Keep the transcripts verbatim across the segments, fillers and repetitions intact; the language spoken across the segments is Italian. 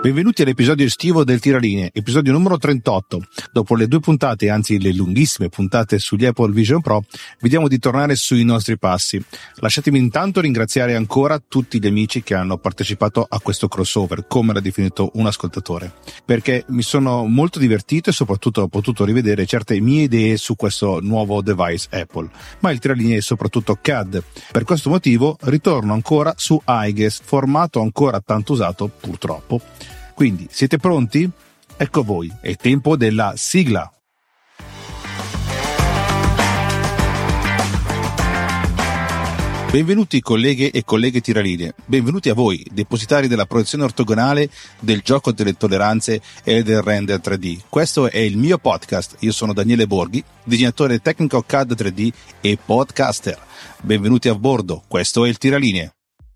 Benvenuti all'episodio estivo del Tiralinee, episodio numero trentotto. Dopo le due puntate, anzi le lunghissime puntate sugli Apple Vision Pro, vediamo di tornare sui nostri passi. Lasciatemi intanto ringraziare ancora tutti gli amici che hanno partecipato a questo crossover, come l'ha definito un ascoltatore, perché mi sono molto divertito e soprattutto ho potuto rivedere certe mie idee su questo nuovo device Apple, ma il Tiralinee è soprattutto C A D. Per questo motivo ritorno ancora su iGuess, formato ancora tanto usato purtroppo. Quindi, siete pronti? Ecco voi, è tempo della sigla! Benvenuti colleghe e colleghe Tiralinee, benvenuti a voi, depositari della proiezione ortogonale, del gioco delle tolleranze e del render tre D. Questo è il mio podcast, io sono Daniele Borghi, disegnatore tecnico C A D tre D e podcaster. Benvenuti a bordo, questo è il Tiralinee.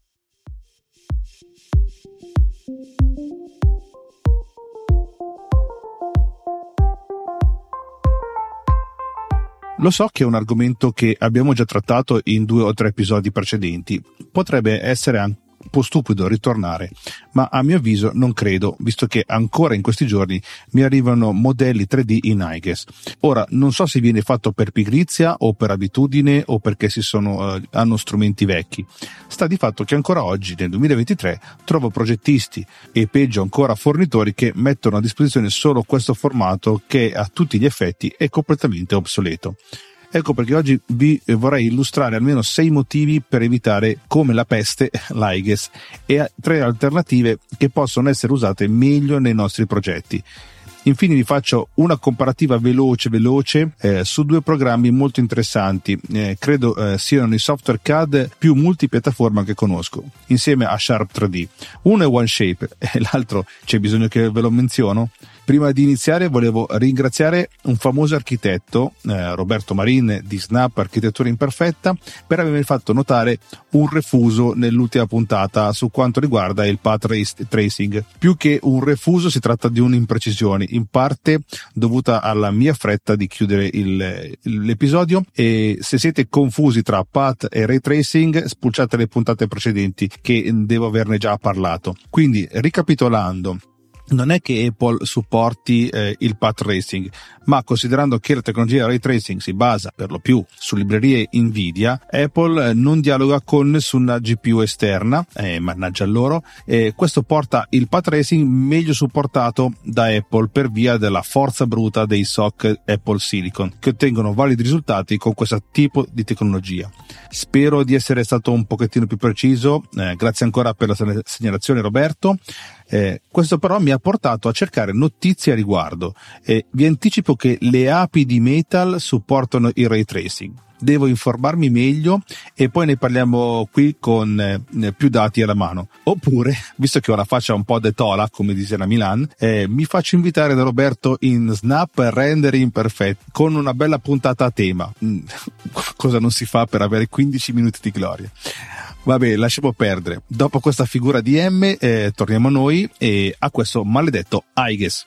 Lo so che è un argomento che abbiamo già trattato in due o tre episodi precedenti. Potrebbe essere anche un po' stupido ritornare, ma a mio avviso non credo, visto che ancora in questi giorni mi arrivano modelli tre D in iGuess. Ora, non so se viene fatto per pigrizia o per abitudine o perché si sono, eh, hanno strumenti vecchi. Sta di fatto che ancora oggi, nel duemilaventitré, trovo progettisti e peggio ancora fornitori che mettono a disposizione solo questo formato che a tutti gli effetti è completamente obsoleto. Ecco perché oggi vi vorrei illustrare almeno sei motivi per evitare come la peste l'iGuess e tre alternative che possono essere usate meglio nei nostri progetti. Infine vi faccio una comparativa veloce veloce eh, su due programmi molto interessanti, eh, credo eh, siano i software C A D più multipiattaforma che conosco, insieme a Sharp tre D. Uno è OneShape e l'altro c'è bisogno che ve lo menziono? Prima di iniziare volevo ringraziare un famoso architetto, eh, Roberto Marin di Snap Architettura Imperfetta, per avermi fatto notare un refuso nell'ultima puntata su quanto riguarda il path tracing. Più che un refuso si tratta di un'imprecisione, in parte dovuta alla mia fretta di chiudere il, l'episodio, e se siete confusi tra path e ray tracing spulciate le puntate precedenti che devo averne già parlato. Quindi ricapitolando, non è che Apple supporti eh, il path tracing, ma considerando che la tecnologia ray tracing si basa per lo più su librerie Nvidia, Apple eh, non dialoga con nessuna G P U esterna, eh, mannaggia loro, e questo porta il path tracing meglio supportato da Apple per via della forza bruta dei S O C Apple Silicon, che ottengono validi risultati con questo tipo di tecnologia. Spero di essere stato un pochettino più preciso, eh, grazie ancora per la segnalazione Roberto. Eh, questo però mi ha portato a cercare notizie a riguardo e vi anticipo che le A P I di Metal supportano il ray tracing. Devo informarmi meglio e poi ne parliamo qui con eh, più dati alla mano. Oppure, visto che ho la faccia un po' de tola, come dice a Milan, eh, mi faccio invitare da Roberto in Snap Rendering Perfect con una bella puntata a tema. Mm, cosa non si fa per avere quindici minuti di gloria. Vabbè, lasciamo perdere. Dopo questa figura di M, eh, torniamo a noi e a questo maledetto iGuess.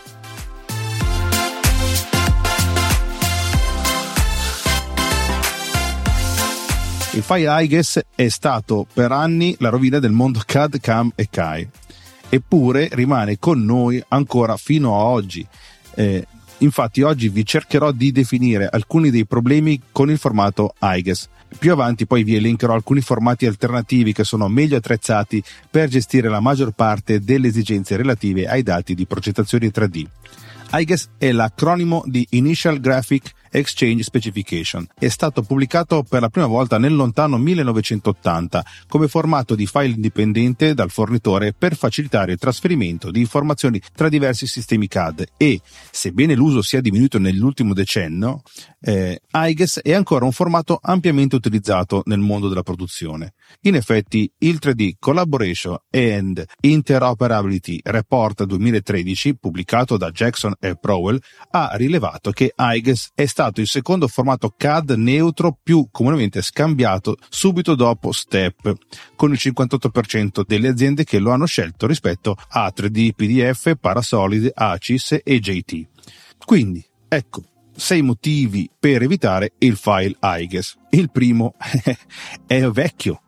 Il file iGuess è stato per anni la rovina del mondo C A D, C A M e C A I. Eppure rimane con noi ancora fino a oggi. Eh, infatti oggi vi cercherò di definire alcuni dei problemi con il formato iGuess. Più avanti poi vi elencherò alcuni formati alternativi che sono meglio attrezzati per gestire la maggior parte delle esigenze relative ai dati di progettazione tre D. iGuess è l'acronimo di Initial Graphic Exchange Specification. È stato pubblicato per la prima volta nel lontano millenovecentottanta come formato di file indipendente dal fornitore per facilitare il trasferimento di informazioni tra diversi sistemi C A D e, sebbene l'uso sia diminuito nell'ultimo decennio, eh, iGuess è ancora un formato ampiamente utilizzato nel mondo della produzione. In effetti, il tre D Collaboration and Interoperability Report duemilatredici, pubblicato da Jackson e Prowell, ha rilevato che iGuess è stato il secondo formato C A D neutro più comunemente scambiato subito dopo STEP, con il cinquantotto per cento delle aziende che lo hanno scelto rispetto a tre D P D F, Parasolid, A C I S e J T. Quindi, ecco, sei motivi per evitare il file iGuess. Il primo è vecchio.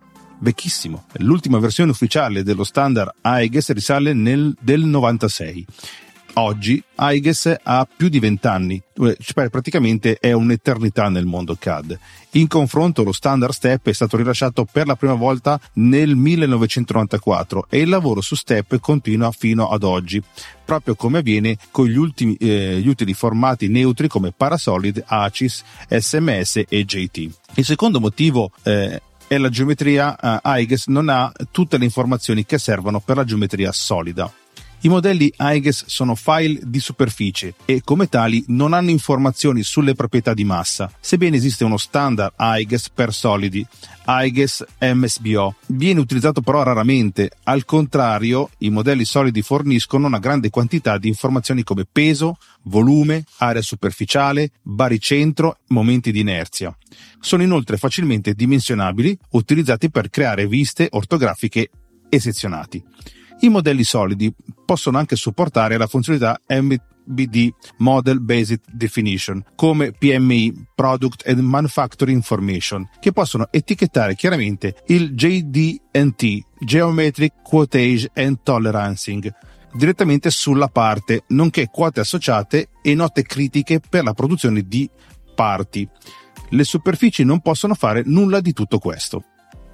vecchissimo. L'ultima versione ufficiale dello standard Aiges risale nel del novantasei. Oggi Aiges ha più di vent'anni, cioè praticamente è un'eternità nel mondo C A D. In confronto lo standard STEP è stato rilasciato per la prima volta nel millenovecentonovantaquattro e il lavoro su STEP continua fino ad oggi, proprio come avviene con gli ultimi eh, gli utili formati neutri come Parasolid, ACIS, S M S e J T. Il secondo motivo eh, è la geometria. eh, Aiges non ha tutte le informazioni che servono per la geometria solida. I modelli Aiges sono file di superficie e come tali non hanno informazioni sulle proprietà di massa, sebbene esiste uno standard Aiges per solidi, Aiges M S B O. Viene utilizzato però raramente, al contrario i modelli solidi forniscono una grande quantità di informazioni come peso, volume, area superficiale, baricentro, momenti di inerzia. Sono inoltre facilmente dimensionabili, utilizzati per creare viste ortografiche e sezionati. I modelli solidi possono anche supportare la funzionalità M B D Model Based Definition come P M I Product and Manufacturing Information, che possono etichettare chiaramente il J D and T Geometric Quotage and Tolerancing direttamente sulla parte, nonché quote associate e note critiche per la produzione di parti. Le superfici non possono fare nulla di tutto questo.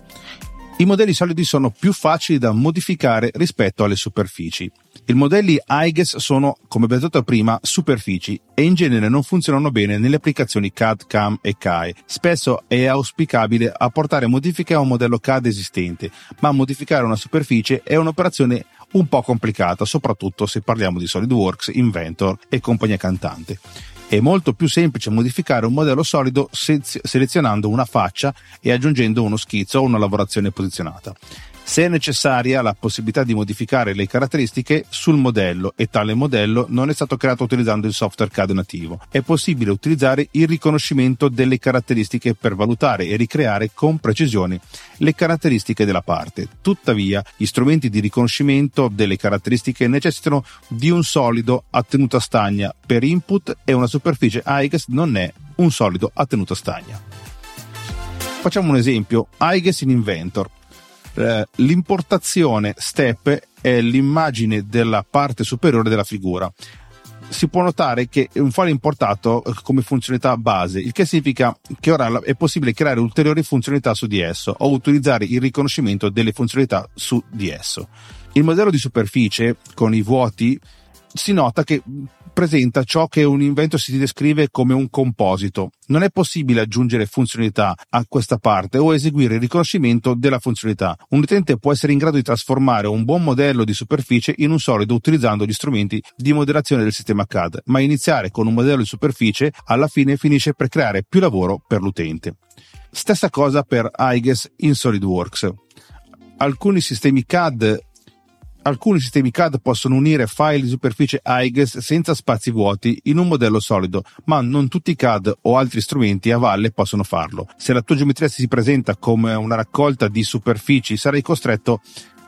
I modelli solidi sono più facili da modificare rispetto alle superfici. I modelli Aiges sono, come abbiamo detto prima, superfici e in genere non funzionano bene nelle applicazioni C A D, C A M e C A E. Spesso è auspicabile apportare modifiche a un modello C A D esistente, ma modificare una superficie è un'operazione un po' complicata, soprattutto se parliamo di SolidWorks, Inventor e compagnia cantante. È molto più semplice modificare un modello solido se- selezionando una faccia e aggiungendo uno schizzo o una lavorazione posizionata. Se è necessaria la possibilità di modificare le caratteristiche sul modello e tale modello non è stato creato utilizzando il software C A D nativo, è possibile utilizzare il riconoscimento delle caratteristiche per valutare e ricreare con precisione le caratteristiche della parte. Tuttavia, gli strumenti di riconoscimento delle caratteristiche necessitano di un solido a tenuta stagna per input e una superficie Aiges non è un solido a tenuta stagna. Facciamo un esempio. Aiges in Inventor. L'importazione STEP è l'immagine della parte superiore della figura. Si può notare che è un file importato come funzionalità base, il che significa che ora è possibile creare ulteriori funzionalità su di esso o utilizzare il riconoscimento delle funzionalità su di esso. Il modello di superficie con i vuoti si nota che presenta ciò che un Inventor si descrive come un composito. Non è possibile aggiungere funzionalità a questa parte o eseguire il riconoscimento della funzionalità. Un utente può essere in grado di trasformare un buon modello di superficie in un solido utilizzando gli strumenti di modellazione del sistema C A D, ma iniziare con un modello di superficie alla fine finisce per creare più lavoro per l'utente. Stessa cosa per Aiges in SolidWorks. Alcuni sistemi C A D Alcuni sistemi C A D possono unire file di superficie Aiges senza spazi vuoti in un modello solido, ma non tutti i C A D o altri strumenti a valle possono farlo. Se la tua geometria si presenta come una raccolta di superfici, sarai costretto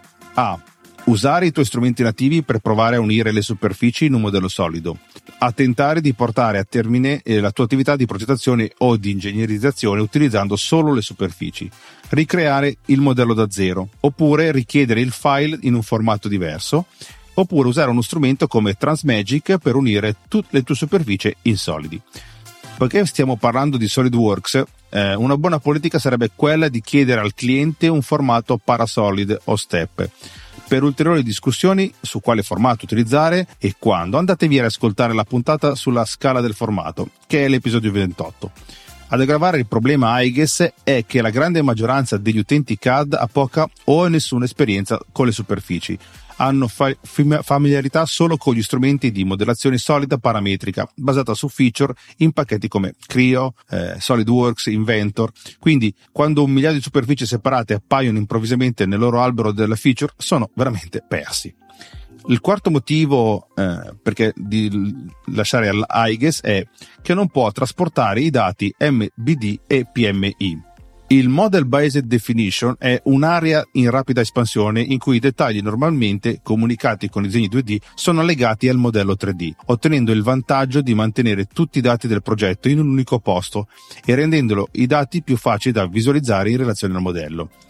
a usare i tuoi strumenti nativi per provare a unire le superfici in un modello solido, a tentare di portare a termine la tua attività di progettazione o di ingegnerizzazione utilizzando solo le superfici, ricreare il modello da zero, oppure richiedere il file in un formato diverso, oppure usare uno strumento come Transmagic per unire tutte le tue superfici in solidi. Poiché stiamo parlando di SolidWorks, eh, una buona politica sarebbe quella di chiedere al cliente un formato Parasolid o STEP. Per ulteriori discussioni su quale formato utilizzare e quando, andatevi a ascoltare la puntata sulla scala del formato, che è l'episodio ventotto. Ad aggravare il problema Aiges è che la grande maggioranza degli utenti C A D ha poca o nessuna esperienza con le superfici. Hanno fa- familiarità solo con gli strumenti di modellazione solida parametrica basata su feature in pacchetti come Creo, eh, SolidWorks, Inventor. Quindi quando un migliaio di superfici separate appaiono improvvisamente nel loro albero della feature sono veramente persi. Il quarto motivo eh, perché di lasciare all'Aiges è che non può trasportare i dati M B D e P M I. Il Model Based Definition è un'area in rapida espansione in cui i dettagli normalmente comunicati con i disegni due D sono legati al modello tre D, ottenendo il vantaggio di mantenere tutti i dati del progetto in un unico posto e rendendolo i dati più facili da visualizzare in relazione al modello.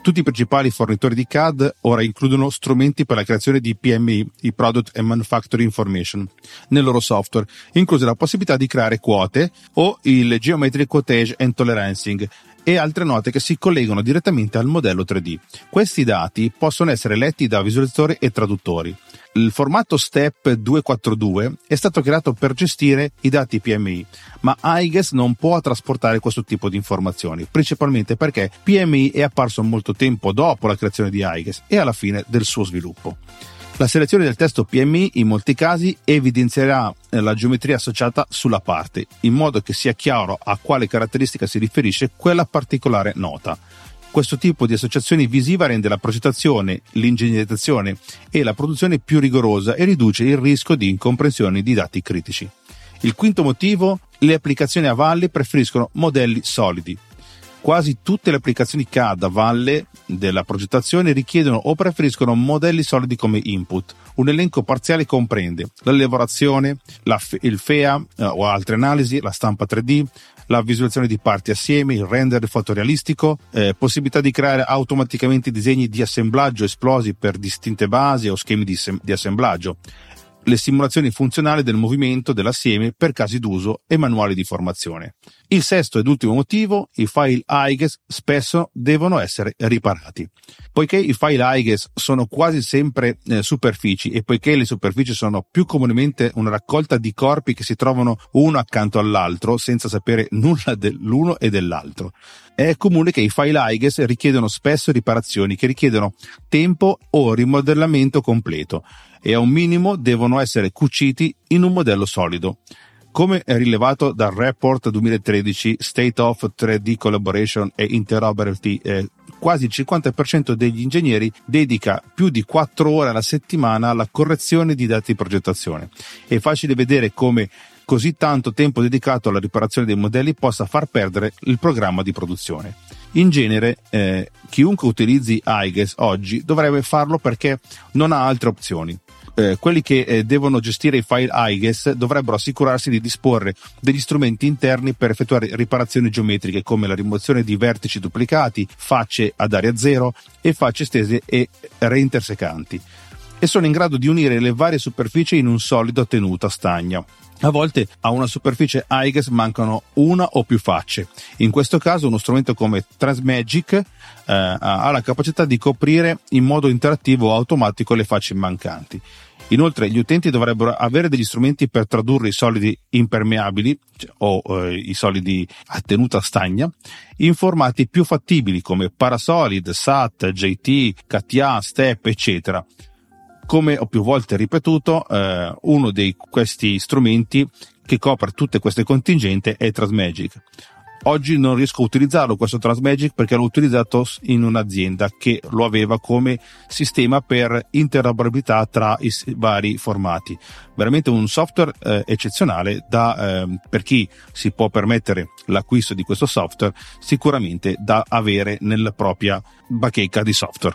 Tutti i principali fornitori di C A D ora includono strumenti per la creazione di P M I, i Product and Manufacturing Information, nel loro software, inclusa la possibilità di creare quote o il Geometric Quotage and Tolerancing e altre note che si collegano direttamente al modello tre D. Questi dati possono essere letti da visualizzatori e traduttori. Il formato STEP duecentoquarantadue è stato creato per gestire i dati P M I, ma I G E S non può trasportare questo tipo di informazioni, principalmente perché P M I è apparso molto tempo dopo la creazione di I G E S e alla fine del suo sviluppo. La selezione del testo P M I in molti casi evidenzierà la geometria associata sulla parte, in modo che sia chiaro a quale caratteristica si riferisce quella particolare nota. Questo tipo di associazione visiva rende la progettazione, l'ingegnerizzazione e la produzione più rigorosa e riduce il rischio di incomprensioni di dati critici. Il quinto motivo: le applicazioni a valle preferiscono modelli solidi. Quasi tutte le applicazioni C A D a valle della progettazione richiedono o preferiscono modelli solidi come input. Un elenco parziale comprende la lavorazione, la f- il F E A eh, o altre analisi, la stampa tre D, la visualizzazione di parti assieme, il render fotorealistico, eh, possibilità di creare automaticamente disegni di assemblaggio esplosi per distinte basi o schemi di, sem- di assemblaggio, le simulazioni funzionali del movimento dell'assieme per casi d'uso e manuali di formazione. Il sesto ed ultimo motivo: i file I G E S spesso devono essere riparati. Poiché i file I G E S sono quasi sempre eh, superfici e poiché le superfici sono più comunemente una raccolta di corpi che si trovano uno accanto all'altro senza sapere nulla dell'uno e dell'altro, è comune che i file I G E S richiedono spesso riparazioni che richiedono tempo o rimodellamento completo e a un minimo devono essere cuciti in un modello solido. Come è rilevato dal report duemilatredici State of tre D Collaboration e Interoperability, eh, quasi il cinquanta per cento degli ingegneri dedica più di quattro ore alla settimana alla correzione di dati di progettazione. È facile vedere come così tanto tempo dedicato alla riparazione dei modelli possa far perdere il programma di produzione. In genere, eh, chiunque utilizzi I G E S oggi dovrebbe farlo perché non ha altre opzioni. Eh, quelli che eh, devono gestire i file I G E S dovrebbero assicurarsi di disporre degli strumenti interni per effettuare riparazioni geometriche come la rimozione di vertici duplicati, facce ad area zero e facce estese e reintersecanti, e sono in grado di unire le varie superfici in un solido a tenuta stagna. A volte a una superficie I G E S mancano una o più facce. In questo caso uno strumento come Transmagic eh, ha la capacità di coprire in modo interattivo o automatico le facce mancanti. Inoltre gli utenti dovrebbero avere degli strumenti per tradurre i solidi impermeabili o eh, i solidi a tenuta stagna in formati più fattibili come Parasolid, S A T, J T, K T A, Step, eccetera. Come ho più volte ripetuto, eh, uno di questi strumenti che copre tutte queste contingente è Transmagic. Oggi non riesco a utilizzarlo questo Transmagic perché l'ho utilizzato in un'azienda che lo aveva come sistema per interoperabilità tra i vari formati. Veramente un software eh, eccezionale da, eh, per chi si può permettere l'acquisto di questo software, sicuramente da avere nella propria bacheca di software.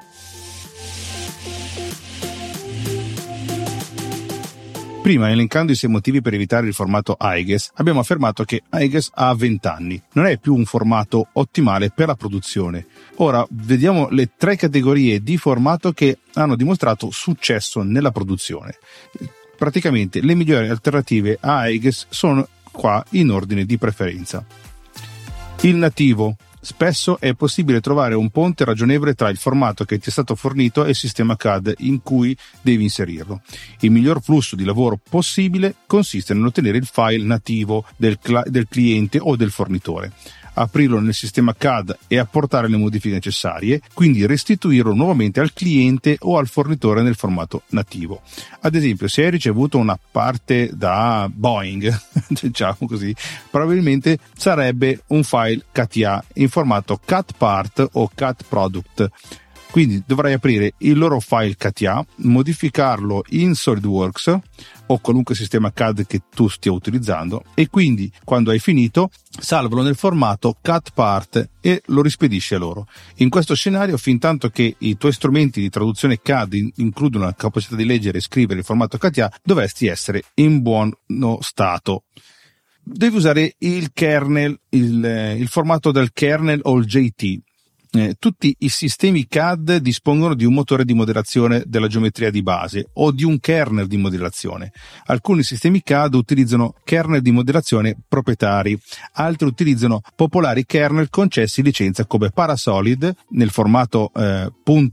Prima, elencando i sei motivi per evitare il formato I G E S, abbiamo affermato che I G E S ha venti anni. Non è più un formato ottimale per la produzione. Ora vediamo le tre categorie di formato che hanno dimostrato successo nella produzione. Praticamente le migliori alternative a I G E S sono qua in ordine di preferenza. Il nativo. Spesso è possibile trovare un ponte ragionevole tra il formato che ti è stato fornito e il sistema C A D in cui devi inserirlo. Il miglior flusso di lavoro possibile consiste nell'ottenere il file nativo del, cl- del cliente o del fornitore, aprirlo nel sistema C A D e apportare le modifiche necessarie, quindi restituirlo nuovamente al cliente o al fornitore nel formato nativo. Ad esempio, se hai ricevuto una parte da Boeing, diciamo così, probabilmente sarebbe un file K T A in formato cut part o cut product. Quindi dovrai aprire il loro file K T A, modificarlo in SolidWorks o qualunque sistema C A D che tu stia utilizzando e quindi quando hai finito salvalo nel formato cut part e lo rispedisci a loro. In questo scenario, fin tanto che i tuoi strumenti di traduzione C A D includono la capacità di leggere e scrivere il formato K T A, dovresti essere in buono stato. Devi usare il kernel, il, il formato del kernel o il J T. Eh, tutti i sistemi C A D dispongono di un motore di modellazione della geometria di base o di un kernel di modellazione. Alcuni sistemi C A D utilizzano kernel di modellazione proprietari, altri utilizzano popolari kernel concessi licenza come Parasolid nel formato eh,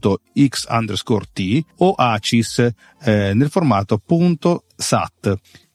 .x underscore t o ACIS eh, nel formato .sat.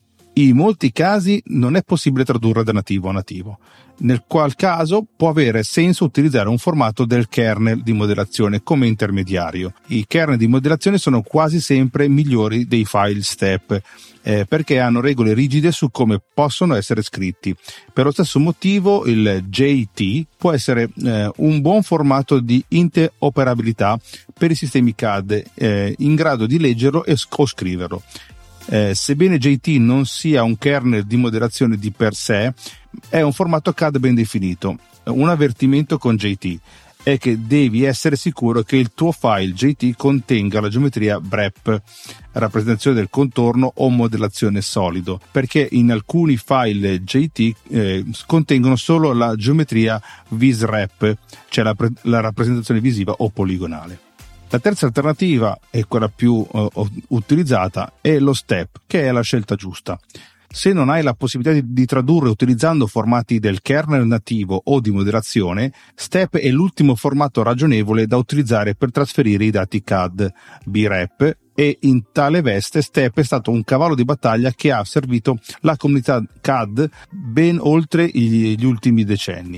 In molti casi non è possibile tradurre da nativo a nativo, nel qual caso può avere senso utilizzare un formato del kernel di modellazione come intermediario. I kernel di modellazione sono quasi sempre migliori dei file step eh, perché hanno regole rigide su come possono essere scritti. Per lo stesso motivo il J T può essere eh, un buon formato di interoperabilità per i sistemi C A D eh, in grado di leggerlo e o scriverlo. Eh, sebbene J T non sia un kernel di modellazione di per sé, è un formato C A D ben definito. Un avvertimento con J T è che devi essere sicuro che il tuo file J T contenga la geometria B R E P, rappresentazione del contorno o modellazione solido, perché in alcuni file J T eh, contengono solo la geometria VisRep, cioè la, la rappresentazione visiva o poligonale. La terza alternativa, e quella più uh, utilizzata, è lo step, che è la scelta giusta. Se non hai la possibilità di, di tradurre utilizzando formati del kernel nativo o di modellazione, step è l'ultimo formato ragionevole da utilizzare per trasferire i dati C A D B R E P, e in tale veste step è stato un cavallo di battaglia che ha servito la comunità C A D ben oltre gli, gli ultimi decenni.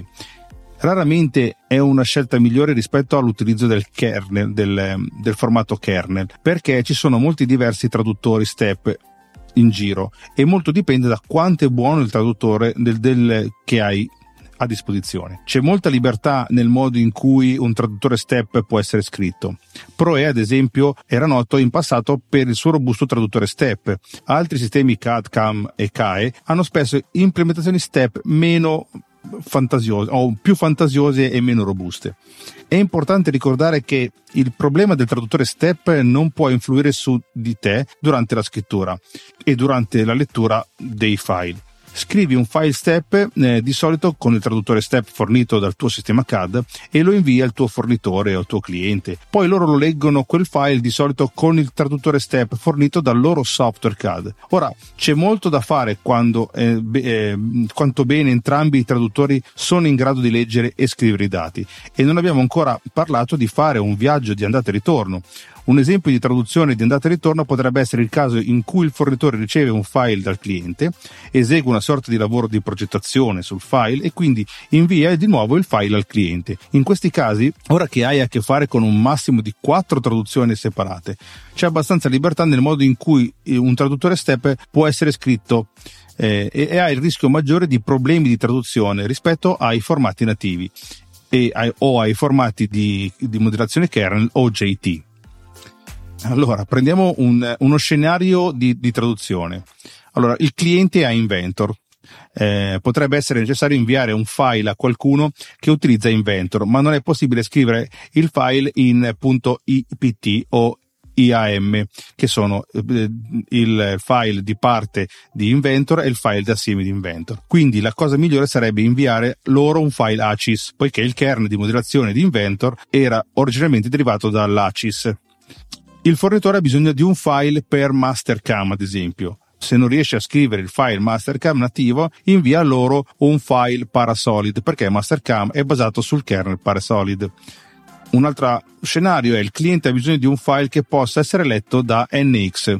Raramente è una scelta migliore rispetto all'utilizzo del kernel, del, del formato kernel, perché ci sono molti diversi traduttori step in giro e molto dipende da quanto è buono il traduttore del, del che hai a disposizione. C'è molta libertà nel modo in cui un traduttore step può essere scritto. Proe, ad esempio, era noto in passato per il suo robusto traduttore step. Altri sistemi C A D, C A M e C A E hanno spesso implementazioni step meno fantasiose o più fantasiose e meno robuste. È importante ricordare che il problema del traduttore step non può influire su di te durante la scrittura e durante la lettura dei file. Scrivi un file step eh, di solito con il traduttore step fornito dal tuo sistema C A D e lo invii al tuo fornitore o al tuo cliente. Poi loro lo leggono quel file di solito con il traduttore step fornito dal loro software C A D. Ora, c'è molto da fare quando eh, eh, quanto bene entrambi i traduttori sono in grado di leggere e scrivere i dati, e non abbiamo ancora parlato di fare un viaggio di andata e ritorno. Un esempio di traduzione di andata e ritorno potrebbe essere il caso in cui il fornitore riceve un file dal cliente, esegue una sorta di lavoro di progettazione sul file e quindi invia di nuovo il file al cliente. In questi casi, ora che hai a che fare con un massimo di quattro traduzioni separate, c'è abbastanza libertà nel modo in cui un traduttore step può essere scritto eh, e, e ha il rischio maggiore di problemi di traduzione rispetto ai formati nativi e ai, o ai formati di, di modellazione kernel o J T. Allora, prendiamo un, uno scenario di, di traduzione. Allora, il cliente ha Inventor. Eh, potrebbe essere necessario inviare un file a qualcuno che utilizza Inventor, ma non è possibile scrivere il file in .ipt o I A M, che sono eh, il file di parte di Inventor e il file d'assieme di Inventor. Quindi la cosa migliore sarebbe inviare loro un file ACIS, poiché il kernel di modellazione di Inventor era originalmente derivato dall'ACIS. Il fornitore ha bisogno di un file per Mastercam, ad esempio. Se non riesce a scrivere il file Mastercam nativo, invia loro un file Parasolid, perché Mastercam è basato sul kernel Parasolid. Un altro scenario è il cliente ha bisogno di un file che possa essere letto da N X.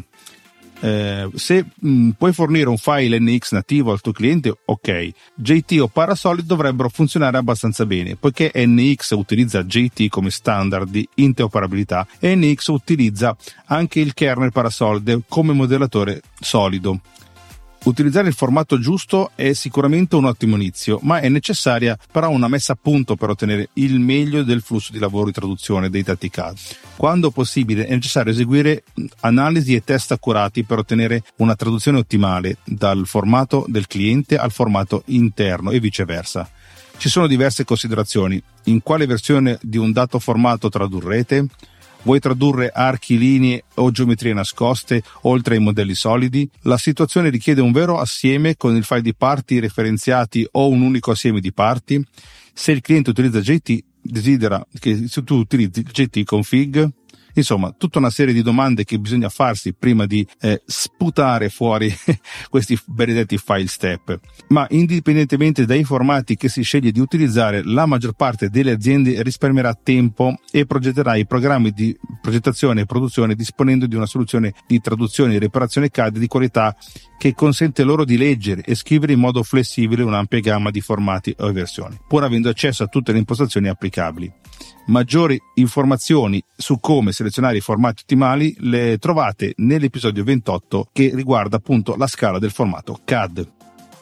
Eh, se mh, puoi fornire un file N X nativo al tuo cliente, ok. J T o Parasolid dovrebbero funzionare abbastanza bene, poiché N X utilizza J T come standard di interoperabilità e N X utilizza anche il kernel Parasolid come modellatore solido. Utilizzare il formato giusto è sicuramente un ottimo inizio, ma è necessaria però una messa a punto per ottenere il meglio del flusso di lavoro di traduzione dei dati C A D. Quando possibile è necessario eseguire analisi e test accurati per ottenere una traduzione ottimale dal formato del cliente al formato interno e viceversa. Ci sono diverse considerazioni. In quale versione di un dato formato tradurrete? Vuoi tradurre archi, linee o geometrie nascoste oltre ai modelli solidi? La situazione richiede un vero assieme con il file di parti referenziati o un unico assieme di parti? Se il cliente utilizza J T, desidera che se tu utilizzi gtconfig? Insomma, tutta una serie di domande che bisogna farsi prima di eh, sputare fuori questi benedetti file step. Ma indipendentemente dai formati che si sceglie di utilizzare, la maggior parte delle aziende risparmierà tempo e progetterà i programmi di progettazione e produzione disponendo di una soluzione di traduzione e riparazione C A D di qualità che consente loro di leggere e scrivere in modo flessibile un'ampia gamma di formati o versioni, pur avendo accesso a tutte le impostazioni applicabili. Maggiori informazioni su come selezionare i formati ottimali le trovate nell'episodio ventotto che riguarda appunto la scala del formato C A D.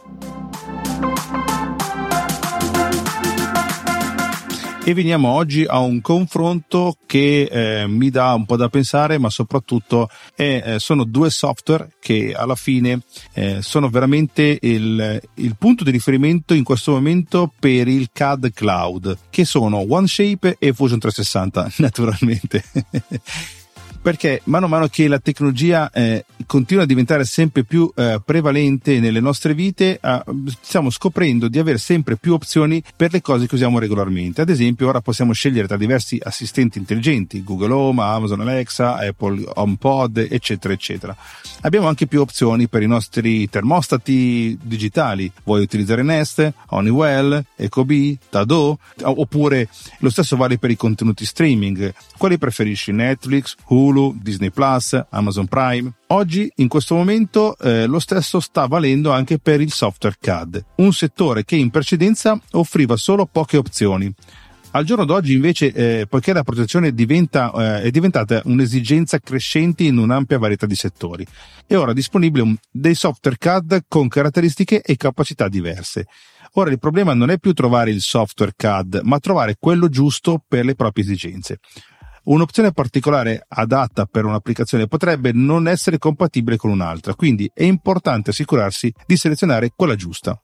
E veniamo oggi a un confronto che eh, mi dà un po' da pensare, ma soprattutto è, eh, sono due software che alla fine eh, sono veramente il, il punto di riferimento in questo momento per il C A D Cloud, che sono OneShape e Fusion trecentosessanta, naturalmente. Perché mano a mano che la tecnologia eh, continua a diventare sempre più eh, prevalente nelle nostre vite, eh, stiamo scoprendo di avere sempre più opzioni per le cose che usiamo regolarmente. Ad esempio, ora possiamo scegliere tra diversi assistenti intelligenti, Google Home, Amazon Alexa, Apple HomePod, eccetera, eccetera. Abbiamo anche più opzioni per i nostri termostati digitali. Vuoi utilizzare Nest, Honeywell, Ecobee, Tado, oppure lo stesso vale per i contenuti streaming. Quali preferisci? Netflix, Hulu, Disney Plus, Amazon Prime? Oggi, in questo momento, eh, lo stesso sta valendo anche per il software C A D, un settore che in precedenza offriva solo poche opzioni. Al giorno d'oggi invece, eh, poiché la protezione diventa, eh, è diventata un'esigenza crescente in un'ampia varietà di settori, è ora disponibile un, dei software C A D con caratteristiche e capacità diverse. Ora il problema non è più trovare il software C A D, ma trovare quello giusto per le proprie esigenze. Un'opzione particolare adatta per un'applicazione potrebbe non essere compatibile con un'altra, quindi è importante assicurarsi di selezionare quella giusta.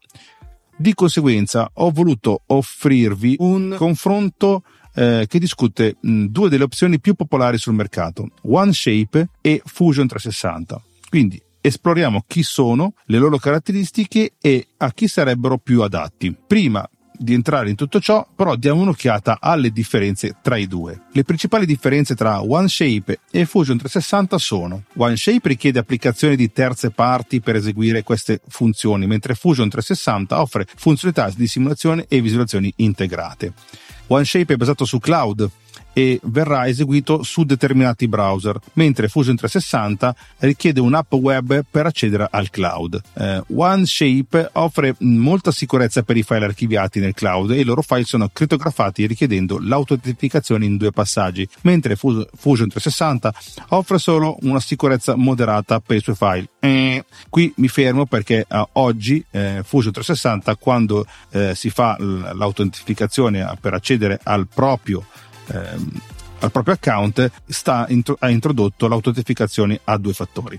Di conseguenza ho voluto offrirvi un confronto eh, che discute mh, due delle opzioni più popolari sul mercato, OneShape e Fusion trecentosessanta. Quindi esploriamo chi sono, le loro caratteristiche e a chi sarebbero più adatti. Prima di entrare in tutto ciò, però diamo un'occhiata alle differenze tra i due. Le principali differenze tra OneShape e Fusion trecentosessanta sono: OneShape richiede applicazioni di terze parti per eseguire queste funzioni, mentre Fusion trecentosessanta offre funzionalità di simulazione e visualizzazioni integrate. OneShape è basato su cloud e verrà eseguito su determinati browser, mentre Fusion trecentosessanta richiede un'app web per accedere al cloud. Eh, OneShape offre molta sicurezza per i file archiviati nel cloud e i loro file sono crittografati richiedendo l'autentificazione in due passaggi, mentre Fusion trecentosessanta offre solo una sicurezza moderata per i suoi file. Eh, qui mi fermo perché eh, oggi eh, Fusion trecentosessanta, quando eh, si fa l'autentificazione per accedere al proprio Ehm, al proprio account, sta intro- ha introdotto l'autentificazione a due fattori.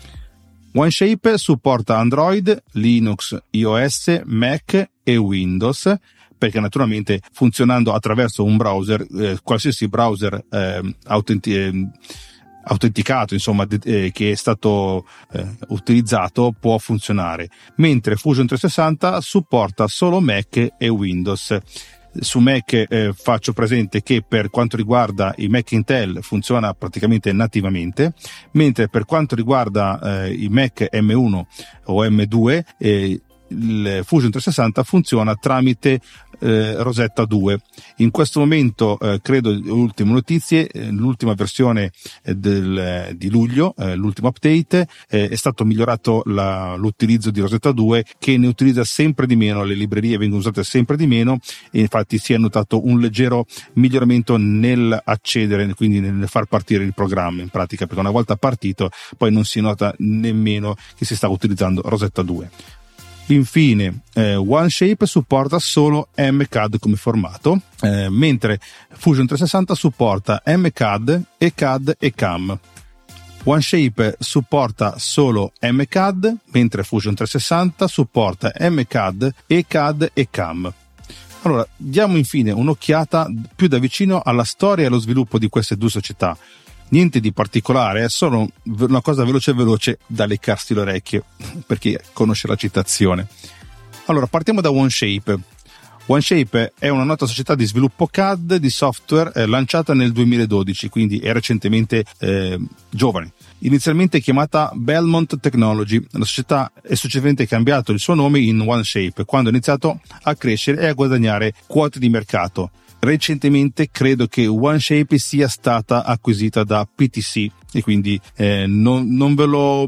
OneShape supporta Android, Linux, iOS, Mac e Windows, perché naturalmente funzionando attraverso un browser, eh, qualsiasi browser eh, autenti- eh, autenticato, insomma, de- eh, che è stato eh, utilizzato può funzionare, mentre Fusion trecentosessanta supporta solo Mac e Windows. Su Mac eh, faccio presente che per quanto riguarda i Mac Intel funziona praticamente nativamente, mentre per quanto riguarda eh, i Mac M uno o M due eh, il Fusion trecentosessanta funziona tramite eh, Rosetta due. In questo momento eh, credo, ultime notizie, eh, l'ultima versione eh, del, di luglio, eh, l'ultimo update, eh, è stato migliorato la, l'utilizzo di Rosetta due, che ne utilizza sempre di meno, le librerie vengono usate sempre di meno e infatti si è notato un leggero miglioramento nel accedere, quindi nel far partire il programma in pratica, perché una volta partito poi non si nota nemmeno che si sta utilizzando Rosetta due. Infine, eh, OneShape supporta solo M C A D come formato, eh, mentre Fusion trecentosessanta supporta M C A D, E C A D e C A M. OneShape supporta solo M C A D, mentre Fusion trecentosessanta supporta M C A D, E C A D e C A M. Allora, diamo infine un'occhiata più da vicino alla storia e allo sviluppo di queste due società. Niente di particolare, è solo una cosa veloce veloce da leccarsi le orecchie per chi conosce la citazione. Allora, partiamo da OneShape. OneShape è una nota società di sviluppo C A D di software eh, lanciata nel duemiladodici, quindi è recentemente eh, giovane. Inizialmente chiamata Belmont Technology, la società è successivamente cambiato il suo nome in OneShape quando ha iniziato a crescere e a guadagnare quote di mercato. Recentemente credo che OneShape sia stata acquisita da P T C e quindi eh, non, non ve lo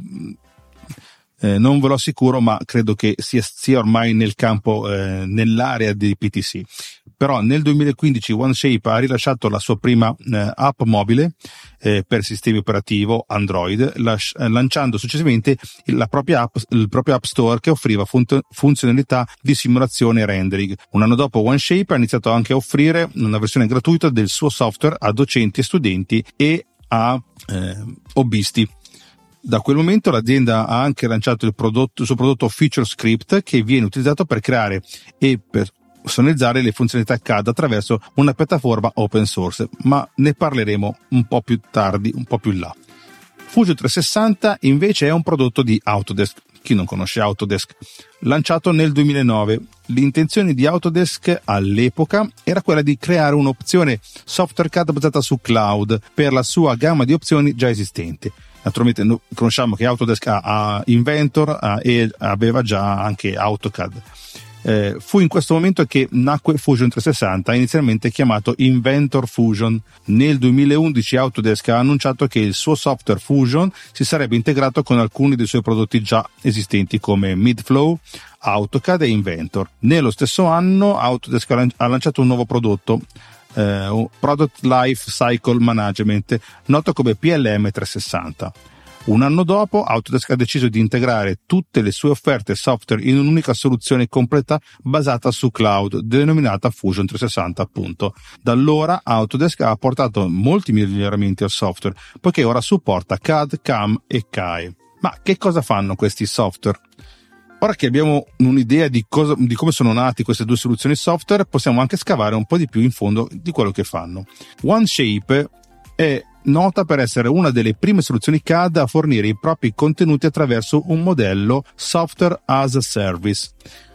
eh, non ve lo assicuro, ma credo che sia, sia ormai nel campo, eh, nell'area di P T C. Però nel duemilaquindici OneShape ha rilasciato la sua prima eh, app mobile eh, per sistemi operativo Android, las- lanciando successivamente la propria app, il proprio App Store che offriva fun- funzionalità di simulazione e rendering. Un anno dopo OneShape ha iniziato anche a offrire una versione gratuita del suo software a docenti e studenti e a eh, hobbisti. Da quel momento l'azienda ha anche lanciato il, prodotto, il suo prodotto Feature Script, che viene utilizzato per creare e per personalizzare le funzionalità C A D attraverso una piattaforma open source, ma ne parleremo un po' più tardi, un po' più in là. Fusion trecentosessanta invece è un prodotto di Autodesk. Chi non conosce Autodesk? Lanciato nel duemilanove, l'intenzione di Autodesk all'epoca era quella di creare un'opzione software C A D basata su cloud per la sua gamma di opzioni già esistente. Naturalmente no, conosciamo che Autodesk ha, ha Inventor ha, e aveva già anche AutoCAD. Eh, fu in questo momento che nacque Fusion trecentosessanta, inizialmente chiamato Inventor Fusion. Nel duemilaundici Autodesk ha annunciato che il suo software Fusion si sarebbe integrato con alcuni dei suoi prodotti già esistenti come Midflow, AutoCAD e Inventor. Nello stesso anno Autodesk ha lanciato un nuovo prodotto, eh, Product Life Cycle Management, noto come P L M trecentosessanta. Un anno dopo Autodesk ha deciso di integrare tutte le sue offerte software in un'unica soluzione completa basata su cloud, denominata Fusion trecentosessanta appunto. Da allora Autodesk ha apportato molti miglioramenti al software, poiché ora supporta C A D, C A M e C A E. Ma che cosa fanno questi software? Ora che abbiamo un'idea di, cosa, di come sono nati queste due soluzioni software, possiamo anche scavare un po' di più in fondo di quello che fanno. OneShape è nota per essere una delle prime soluzioni C A D a fornire i propri contenuti attraverso un modello Software as a Service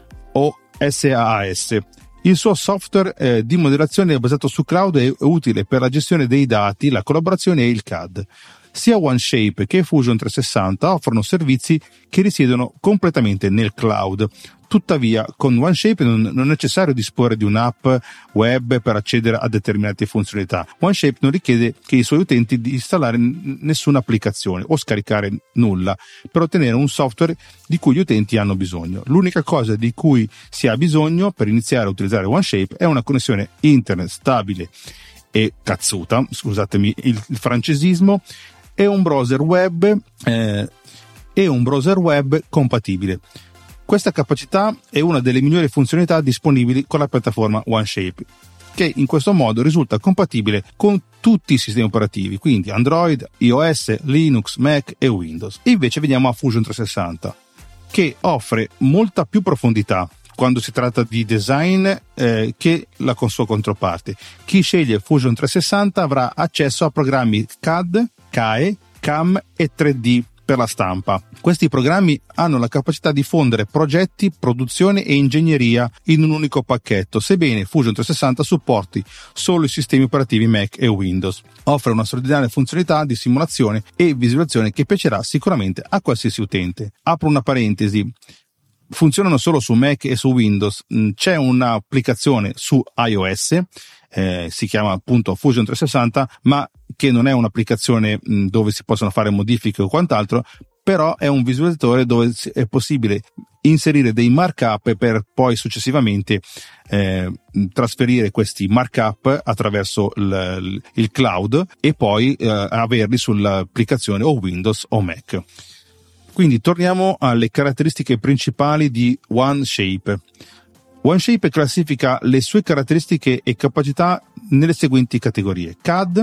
o S A A S. Il suo software eh, di modellazione basato su cloud è utile per la gestione dei dati, la collaborazione e il C A D. Sia OneShape che Fusion trecentosessanta offrono servizi che risiedono completamente nel cloud. Tuttavia, con OneShape non è necessario disporre di un'app web per accedere a determinate funzionalità. OneShape non richiede che i suoi utenti di installare nessuna applicazione o scaricare nulla per ottenere un software di cui gli utenti hanno bisogno. L'unica cosa di cui si ha bisogno per iniziare a utilizzare OneShape è una connessione internet stabile e cazzuta, scusatemi il, il francesismo, e un browser web eh, e un browser web compatibile. Questa capacità è una delle migliori funzionalità disponibili con la piattaforma OneShape, che in questo modo risulta compatibile con tutti i sistemi operativi, quindi Android, iOS, Linux, Mac e Windows. E invece veniamo a Fusion trecentosessanta, che offre molta più profondità quando si tratta di design eh, che la sua controparte. Chi sceglie Fusion trecentosessanta avrà accesso a programmi C A D, C A E, C A M e tre D per la stampa. Questi programmi hanno la capacità di fondere progetti, produzione e ingegneria in un unico pacchetto, sebbene Fusion trecentosessanta supporti solo i sistemi operativi Mac e Windows. Offre una straordinaria funzionalità di simulazione e visualizzazione che piacerà sicuramente a qualsiasi utente. Apro una parentesi. Funzionano solo su Mac e su Windows. C'è un'applicazione su iOS, eh, si chiama appunto Fusion trecentosessanta, ma che non è un'applicazione mh, dove si possono fare modifiche o quant'altro, però è un visualizzatore dove è possibile inserire dei markup per poi successivamente eh, trasferire questi markup attraverso il, il cloud e poi eh, averli sull'applicazione o Windows o Mac. Quindi torniamo alle caratteristiche principali di OneShape. OneShape classifica le sue caratteristiche e capacità nelle seguenti categorie: C A D,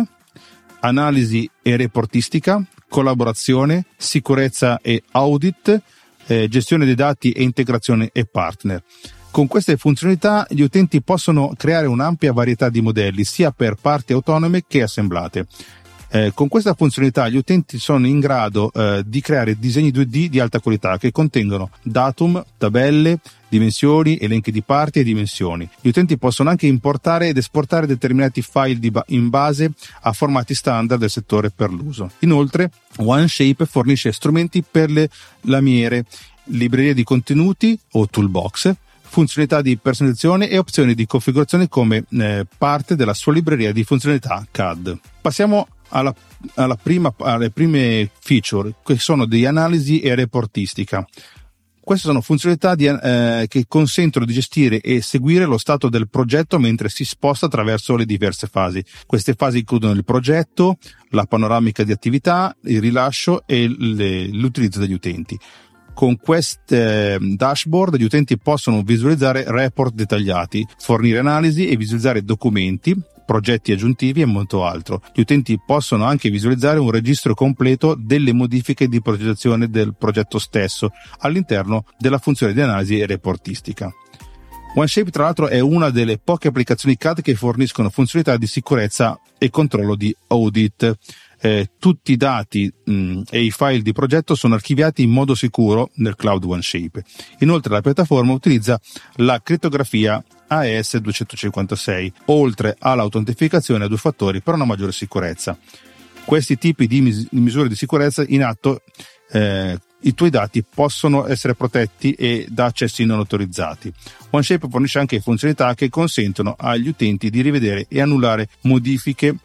analisi e reportistica, collaborazione, sicurezza e audit, eh, gestione dei dati e integrazione e partner. Con queste funzionalità gli utenti possono creare un'ampia varietà di modelli sia per parti autonome che assemblate. Eh, con questa funzionalità gli utenti sono in grado eh, di creare disegni due D di alta qualità che contengono datum, tabelle, dimensioni, elenchi di parti e dimensioni. Gli utenti possono anche importare ed esportare determinati file di ba- in base a formati standard del settore per l'uso. Inoltre, OneShape fornisce strumenti per le lamiere, librerie di contenuti o toolbox, funzionalità di personalizzazione e opzioni di configurazione come eh, parte della sua libreria di funzionalità C A D. Passiamo alla, alla prima, alle prime feature, che sono di analisi e reportistica. Queste sono funzionalità di, eh, che consentono di gestire e seguire lo stato del progetto mentre si sposta attraverso le diverse fasi. Queste fasi includono il progetto, la panoramica di attività, il rilascio e le, l'utilizzo degli utenti. Con queste dashboard gli utenti possono visualizzare report dettagliati, fornire analisi e visualizzare documenti, progetti aggiuntivi e molto altro. Gli utenti possono anche visualizzare un registro completo delle modifiche di progettazione del progetto stesso all'interno della funzione di analisi e reportistica. OneShape, tra l'altro, è una delle poche applicazioni C A D che forniscono funzionalità di sicurezza e controllo di audit. Eh, tutti i dati mh, e i file di progetto sono archiviati in modo sicuro nel cloud OneShape. Inoltre la piattaforma utilizza la crittografia A E S duecentocinquantasei, oltre all'autentificazione a due fattori per una maggiore sicurezza. Questi tipi di, mis- di misure di sicurezza in atto, eh, i tuoi dati possono essere protetti e da accessi non autorizzati. OneShape fornisce anche funzionalità che consentono agli utenti di rivedere e annullare modifiche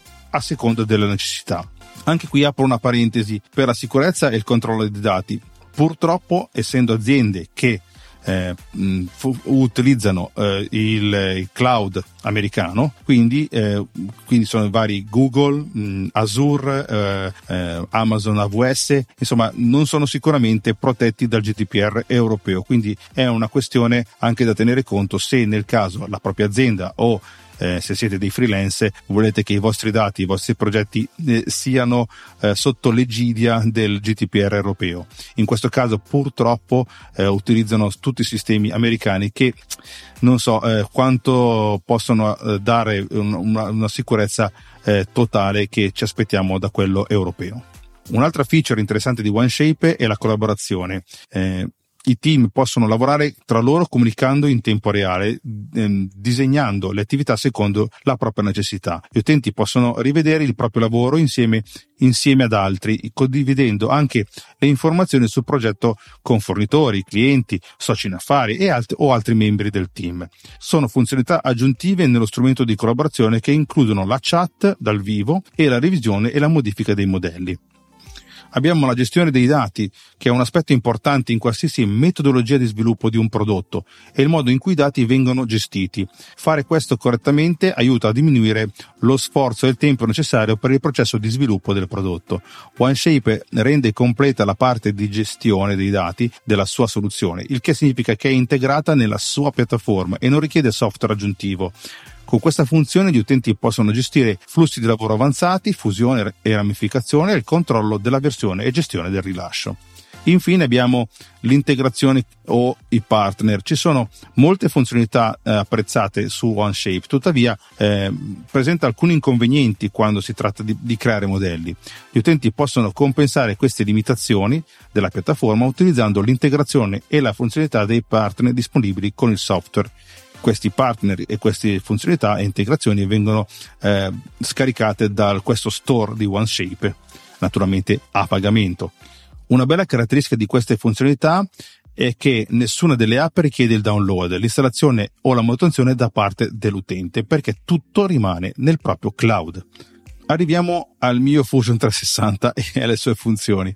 a seconda della necessità. Anche qui apro una parentesi per la sicurezza e il controllo dei dati. Purtroppo, essendo aziende che eh, mh, fu, utilizzano eh, il, il cloud americano, quindi, eh, quindi sono i vari Google, mh, Azure, eh, eh, Amazon A W S, insomma non sono sicuramente protetti dal G D P R europeo, quindi è una questione anche da tenere conto se nel caso la propria azienda o Eh, se siete dei freelance volete che i vostri dati, i vostri progetti eh, siano eh, sotto l'egidia del G D P R europeo. In questo caso purtroppo eh, utilizzano tutti i sistemi americani che non so eh, quanto possono eh, dare un, una, una sicurezza eh, totale che ci aspettiamo da quello europeo. Un'altra feature interessante di OneShape è la collaborazione. Eh, I team possono lavorare tra loro comunicando in tempo reale, ehm, disegnando le attività secondo la propria necessità. Gli utenti possono rivedere il proprio lavoro insieme, insieme ad altri, condividendo anche le informazioni sul progetto con fornitori, clienti, soci in affari e alt- o altri membri del team. Sono funzionalità aggiuntive nello strumento di collaborazione che includono la chat dal vivo e la revisione e la modifica dei modelli. Abbiamo la gestione dei dati, che è un aspetto importante in qualsiasi metodologia di sviluppo di un prodotto, e il modo in cui i dati vengono gestiti. Fare questo correttamente aiuta a diminuire lo sforzo e il tempo necessario per il processo di sviluppo del prodotto. OneShape rende completa la parte di gestione dei dati della sua soluzione, il che significa che è integrata nella sua piattaforma e non richiede software aggiuntivo. Con questa funzione gli utenti possono gestire flussi di lavoro avanzati, fusione e ramificazione e il controllo della versione e gestione del rilascio. Infine abbiamo l'integrazione o i partner. Ci sono molte funzionalità eh, apprezzate su OneShape, tuttavia eh, presenta alcuni inconvenienti quando si tratta di, di creare modelli. Gli utenti possono compensare queste limitazioni della piattaforma utilizzando l'integrazione e la funzionalità dei partner disponibili con il software. Questi partner e queste funzionalità e integrazioni vengono eh, scaricate da questo store di OneShape, naturalmente a pagamento. Una bella caratteristica di queste funzionalità è che nessuna delle app richiede il download, l'installazione o la manutenzione da parte dell'utente, perché tutto rimane nel proprio cloud. Arriviamo al mio Fusion trecentosessanta e alle sue funzioni.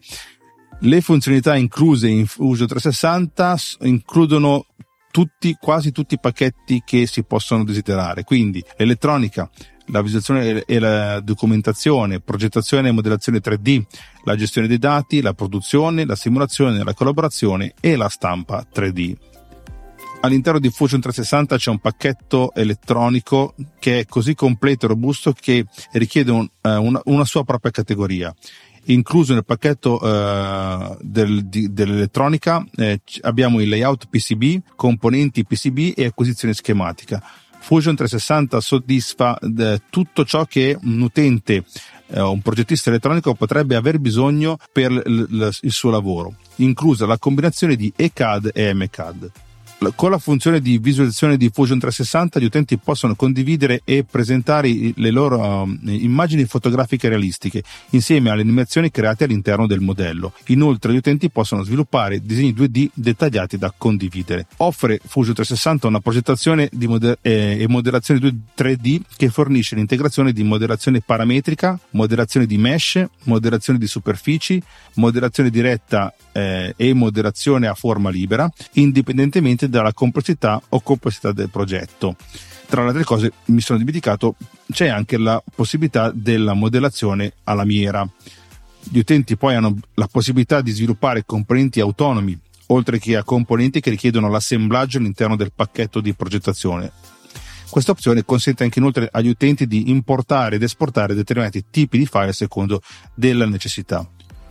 Le funzionalità incluse in Fusion trecentosessanta includono tutti, quasi tutti i pacchetti che si possono desiderare, quindi l'elettronica, la visualizzazione e la documentazione, progettazione e modellazione tre D, la gestione dei dati, la produzione, la simulazione, la collaborazione e la stampa tre D. All'interno di Fusion trecentosessanta c'è un pacchetto elettronico che è così completo e robusto che richiede un, uh, una, una sua propria categoria. Incluso nel pacchetto uh, del, di, dell'elettronica eh, abbiamo il layout P C B, componenti P C B e acquisizione schematica. Fusion trecentosessanta soddisfa eh, tutto ciò che un utente eh, un progettista elettronico potrebbe aver bisogno per l- l- il suo lavoro, inclusa la combinazione di E C A D e M C A D. Con la funzione di visualizzazione di Fusion trecentosessanta gli utenti possono condividere e presentare le loro uh, immagini fotografiche realistiche insieme alle animazioni create all'interno del modello. Inoltre gli utenti possono sviluppare disegni due D dettagliati da condividere. Offre Fusion trecentosessanta una progettazione di moder- eh, e modellazione tre D che fornisce l'integrazione di modellazione parametrica, modellazione di mesh, modellazione di superfici, modellazione diretta eh, e modellazione a forma libera, indipendentemente dalla complessità o complessità del progetto. Tra le altre cose, mi sono dimenticato, c'è anche la possibilità della modellazione a lamiera. Gli utenti poi hanno la possibilità di sviluppare componenti autonomi, oltre che a componenti che richiedono l'assemblaggio all'interno del pacchetto di progettazione. Questa opzione consente anche inoltre agli utenti di importare ed esportare determinati tipi di file a secondo della necessità.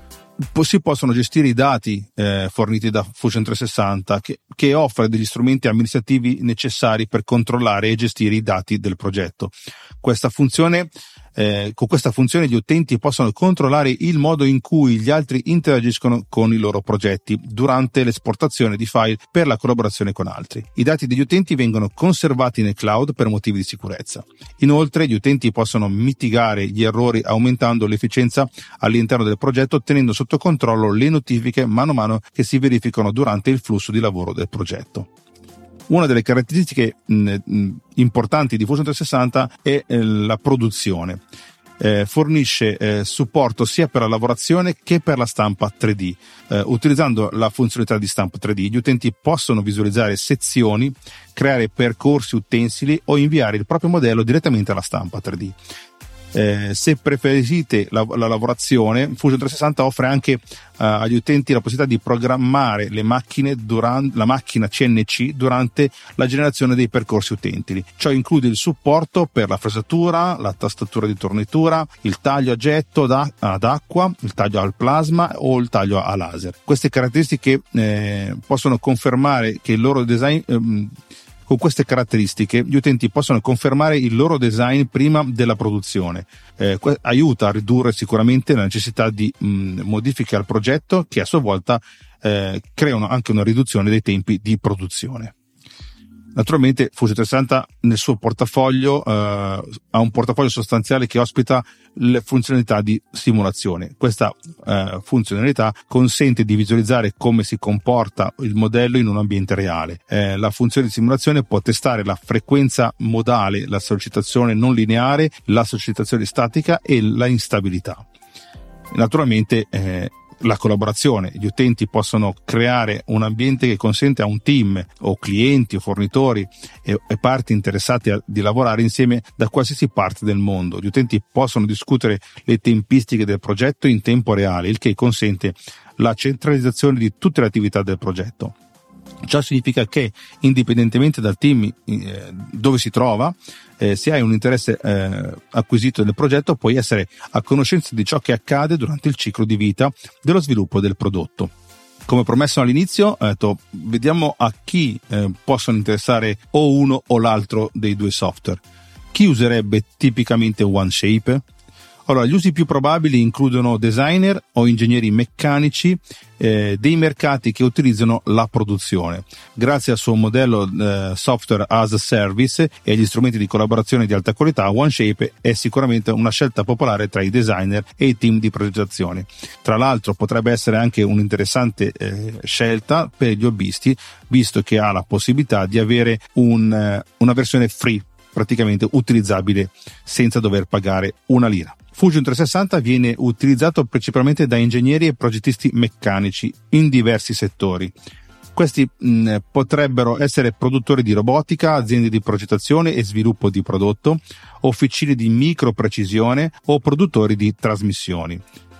Si possono gestire i dati eh, forniti da Fusion trecentosessanta che, che offre degli strumenti amministrativi necessari per controllare e gestire i dati del progetto. Questa funzione, eh, con questa funzione gli utenti possono controllare il modo in cui gli altri interagiscono con i loro progetti durante l'esportazione di file per la collaborazione con altri. I dati degli utenti vengono conservati nel cloud per motivi di sicurezza. Inoltre gli utenti possono mitigare gli errori aumentando l'efficienza all'interno del progetto, tenendo sotto controllo le notifiche mano a mano che si verificano durante il flusso di lavoro del progetto. Una delle caratteristiche mh, mh, importanti di Fusion trecentosessanta è eh, la produzione. Eh, fornisce eh, supporto sia per la lavorazione che per la stampa tre D. Eh, utilizzando la funzionalità di stampa tre D, gli utenti possono visualizzare sezioni, creare percorsi utensili o inviare il proprio modello direttamente alla stampa tre D. Eh, se preferite la, la lavorazione, Fusion trecentosessanta offre anche uh, agli utenti la possibilità di programmare le macchine durante la macchina C N C durante la generazione dei percorsi utensili. Ciò include il supporto per la fresatura, la tastatura di tornitura, il taglio a getto da, ad acqua, il taglio al plasma o il taglio a laser. Queste caratteristiche eh, possono confermare che il loro design ehm, Con queste caratteristiche gli utenti possono confermare il loro design prima della produzione. Eh, que- aiuta a ridurre sicuramente la necessità di mh, modifiche al progetto, che a sua volta eh, creano anche una riduzione dei tempi di produzione. Naturalmente Fusion trecentosessanta nel suo portafoglio eh, ha un portafoglio sostanziale che ospita le funzionalità di simulazione. Questa eh, funzionalità consente di visualizzare come si comporta il modello in un ambiente reale. Eh, la funzione di simulazione può testare la frequenza modale, la sollecitazione non lineare, la sollecitazione statica e la instabilità. Naturalmente eh, la collaborazione. Gli utenti possono creare un ambiente che consente a un team o clienti o fornitori e, e parti interessate a, di lavorare insieme da qualsiasi parte del mondo. Gli utenti possono discutere le tempistiche del progetto in tempo reale, il che consente la centralizzazione di tutte le attività del progetto. Ciò significa che, indipendentemente dal team eh, dove si trova, eh, se hai un interesse eh, acquisito nel progetto, puoi essere a conoscenza di ciò che accade durante il ciclo di vita dello sviluppo del prodotto. Come promesso all'inizio, ho detto, vediamo a chi eh, possono interessare o uno o l'altro dei due software. Chi userebbe tipicamente OneShape? Allora, gli usi più probabili includono designer o ingegneri meccanici eh, dei mercati che utilizzano la produzione. Grazie al suo modello eh, software as a service e agli strumenti di collaborazione di alta qualità, OneShape è sicuramente una scelta popolare tra i designer e i team di progettazione. Tra l'altro potrebbe essere anche un'interessante eh, scelta per gli hobbisti, visto che ha la possibilità di avere un, eh, una versione free, praticamente utilizzabile senza dover pagare una lira. Fusion trecentosessanta viene utilizzato principalmente da ingegneri e progettisti meccanici in diversi settori. Questi mh, potrebbero essere produttori di robotica, aziende di progettazione e sviluppo di prodotto, officine di micro precisione o produttori di trasmissioni.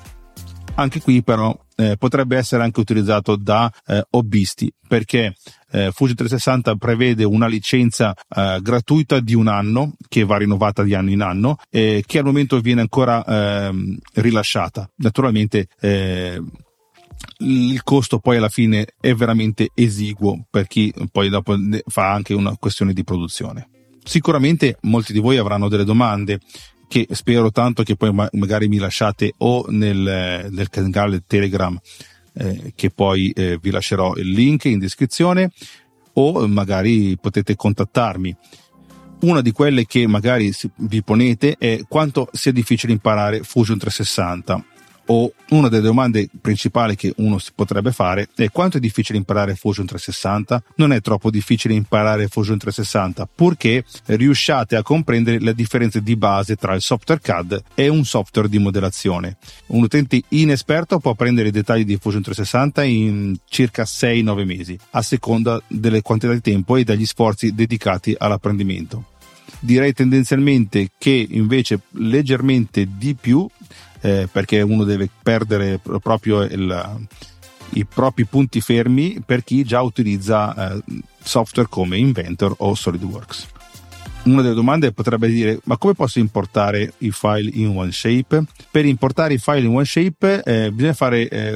Anche qui però eh, potrebbe essere anche utilizzato da eh, hobbisti, perché eh, Fusion trecentosessanta prevede una licenza eh, gratuita di un anno, che va rinnovata di anno in anno, eh, che al momento viene ancora eh, rilasciata. Naturalmente eh, il costo poi alla fine è veramente esiguo per chi poi dopo fa anche una questione di produzione. Sicuramente molti di voi avranno delle domande che spero tanto che poi ma- magari mi lasciate o nel, nel canale Telegram, eh, che poi eh, vi lascerò il link in descrizione, o magari potete contattarmi. Una di quelle che magari vi ponete è quanto sia difficile imparare Fusion trecentosessanta, o una delle domande principali che uno si potrebbe fare è quanto è difficile imparare Fusion trecentosessanta. Non è troppo difficile imparare Fusion trecentosessanta, purché riusciate a comprendere le differenze di base tra il software C A D e un software di modellazione. Un utente inesperto può apprendere i dettagli di Fusion trecentosessanta in circa sei nove mesi, a seconda delle quantità di tempo e degli sforzi dedicati all'apprendimento. Direi tendenzialmente che invece leggermente di più, eh, perché uno deve perdere proprio il, i propri punti fermi per chi già utilizza eh, software come Inventor o SolidWorks. Una delle domande potrebbe dire: ma come posso importare i file in OneShape? Per importare i file in OneShape eh, bisogna fare eh,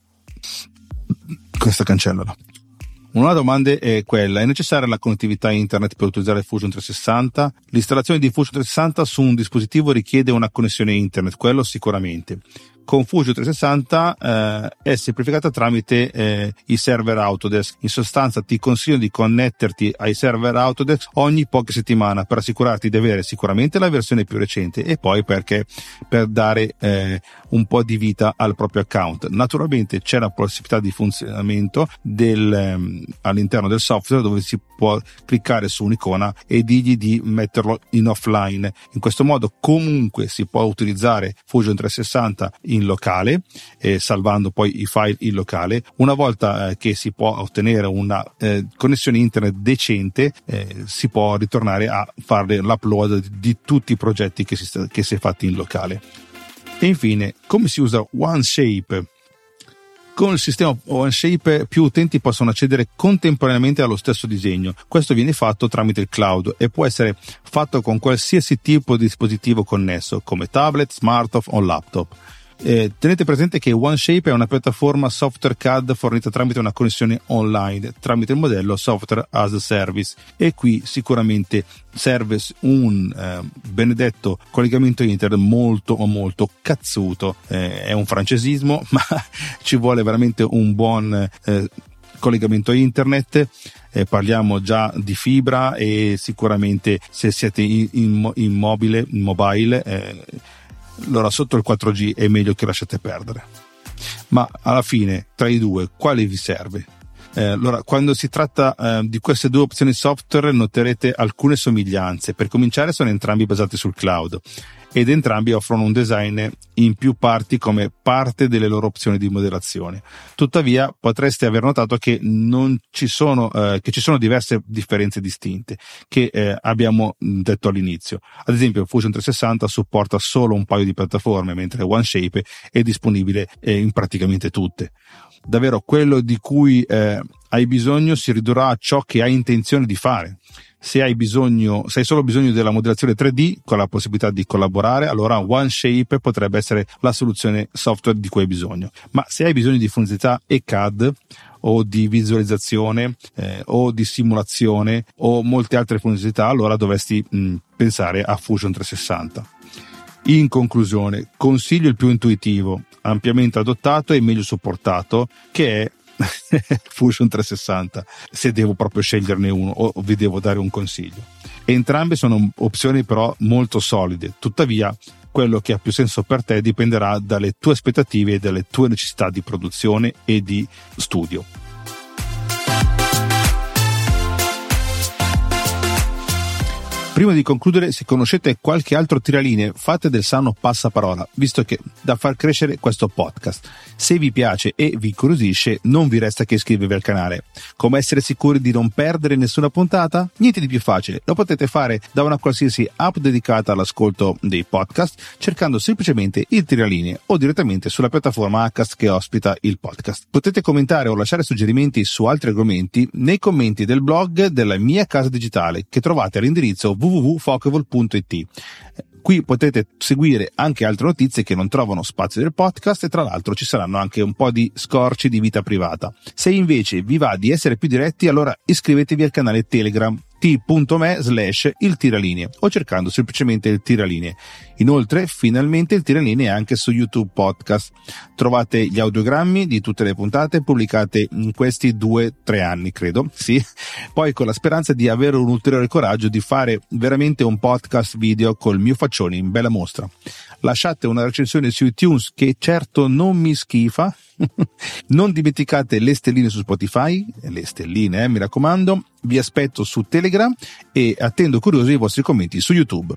questa cancellala. Una domanda è quella: è necessaria la connettività internet per utilizzare Fusion trecentosessanta? L'installazione di Fusion trecentosessanta su un dispositivo richiede una connessione internet, quello sicuramente. Con Fusion trecentosessanta eh, è semplificata tramite eh, i server Autodesk. In sostanza ti consiglio di connetterti ai server Autodesk ogni poche settimane per assicurarti di avere sicuramente la versione più recente, e poi perché per dare eh, un po' di vita al proprio account. Naturalmente c'è la possibilità di funzionamento del, ehm, all'interno del software, dove si può cliccare su un'icona e dirgli di metterlo in offline. In questo modo comunque si può utilizzare Fusion trecentosessanta in locale, eh, salvando poi i file in locale. Una volta eh, che si può ottenere una eh, connessione internet decente, eh, si può ritornare a fare l'upload di tutti i progetti che si, sta, che si è fatti in locale. E infine, come si usa OneShape? Con il sistema OneShape più utenti possono accedere contemporaneamente allo stesso disegno. Questo viene fatto tramite il cloud e può essere fatto con qualsiasi tipo di dispositivo connesso, come tablet, smartphone o laptop. Eh, tenete presente che OneShape è una piattaforma software C A D fornita tramite una connessione online, tramite il modello Software as a Service, e qui sicuramente serve un eh, benedetto collegamento internet molto molto cazzuto. Eh, è un francesismo, ma ci vuole veramente un buon eh, collegamento internet. Eh, parliamo già di fibra, e sicuramente se siete in, in, in mobile, in mobile eh, allora sotto il quattro G è meglio che lasciate perdere. Ma alla fine, tra i due, quale vi serve? Eh, allora, quando si tratta eh, di queste due opzioni software, noterete alcune somiglianze. Per cominciare, sono entrambi basati sul cloud ed entrambi offrono un design in più parti come parte delle loro opzioni di modellazione. Tuttavia, potreste aver notato che non ci sono eh, che ci sono diverse differenze distinte che eh, abbiamo detto all'inizio. Ad esempio, Fusion trecentosessanta supporta solo un paio di piattaforme, mentre OneShape è disponibile eh, in praticamente tutte. Davvero, quello di cui eh, hai bisogno si ridurrà a ciò che hai intenzione di fare. Se hai bisogno, se hai solo bisogno della modellazione tre D con la possibilità di collaborare, allora OneShape potrebbe essere la soluzione software di cui hai bisogno. Ma se hai bisogno di funzionalità e C A D, o di visualizzazione, eh, o di simulazione, o molte altre funzionalità, allora dovresti mh, pensare a Fusion trecentosessanta. In conclusione, consiglio il più intuitivo, ampiamente adottato e meglio supportato, che è Fusion trecentosessanta, se devo proprio sceglierne uno o vi devo dare un consiglio. Entrambe sono opzioni però molto solide, tuttavia quello che ha più senso per te dipenderà dalle tue aspettative e dalle tue necessità di produzione e di studio. Prima di concludere, se conoscete qualche altro tiralinee, fate del sano passaparola, visto che da far crescere questo podcast. Se vi piace e vi incuriosisce, non vi resta che iscrivervi al canale. Come essere sicuri di non perdere nessuna puntata? Niente di più facile, lo potete fare da una qualsiasi app dedicata all'ascolto dei podcast, cercando semplicemente il tiralinee o direttamente sulla piattaforma Acast che ospita il podcast. Potete commentare o lasciare suggerimenti su altri argomenti nei commenti del blog della mia casa digitale, che trovate all'indirizzo w w w punto focevol punto i t. Qui potete seguire anche altre notizie che non trovano spazio del podcast, e tra l'altro ci saranno anche un po' di scorci di vita privata. Se invece vi va di essere più diretti, allora iscrivetevi al canale Telegram. t.me slash il tiralinee o cercando semplicemente il tiralinee. Inoltre, finalmente il tiralinee è anche su YouTube Podcast. Trovate gli audiogrammi di tutte le puntate pubblicate in questi due, tre anni, credo, sì. Poi con la speranza di avere un ulteriore coraggio di fare veramente un podcast video col mio faccione in bella mostra. Lasciate una recensione su iTunes che certo non mi schifa. Non dimenticate le stelline su Spotify, le stelline, eh, mi raccomando. Vi aspetto su Telegram e attendo curiosi i vostri commenti su YouTube.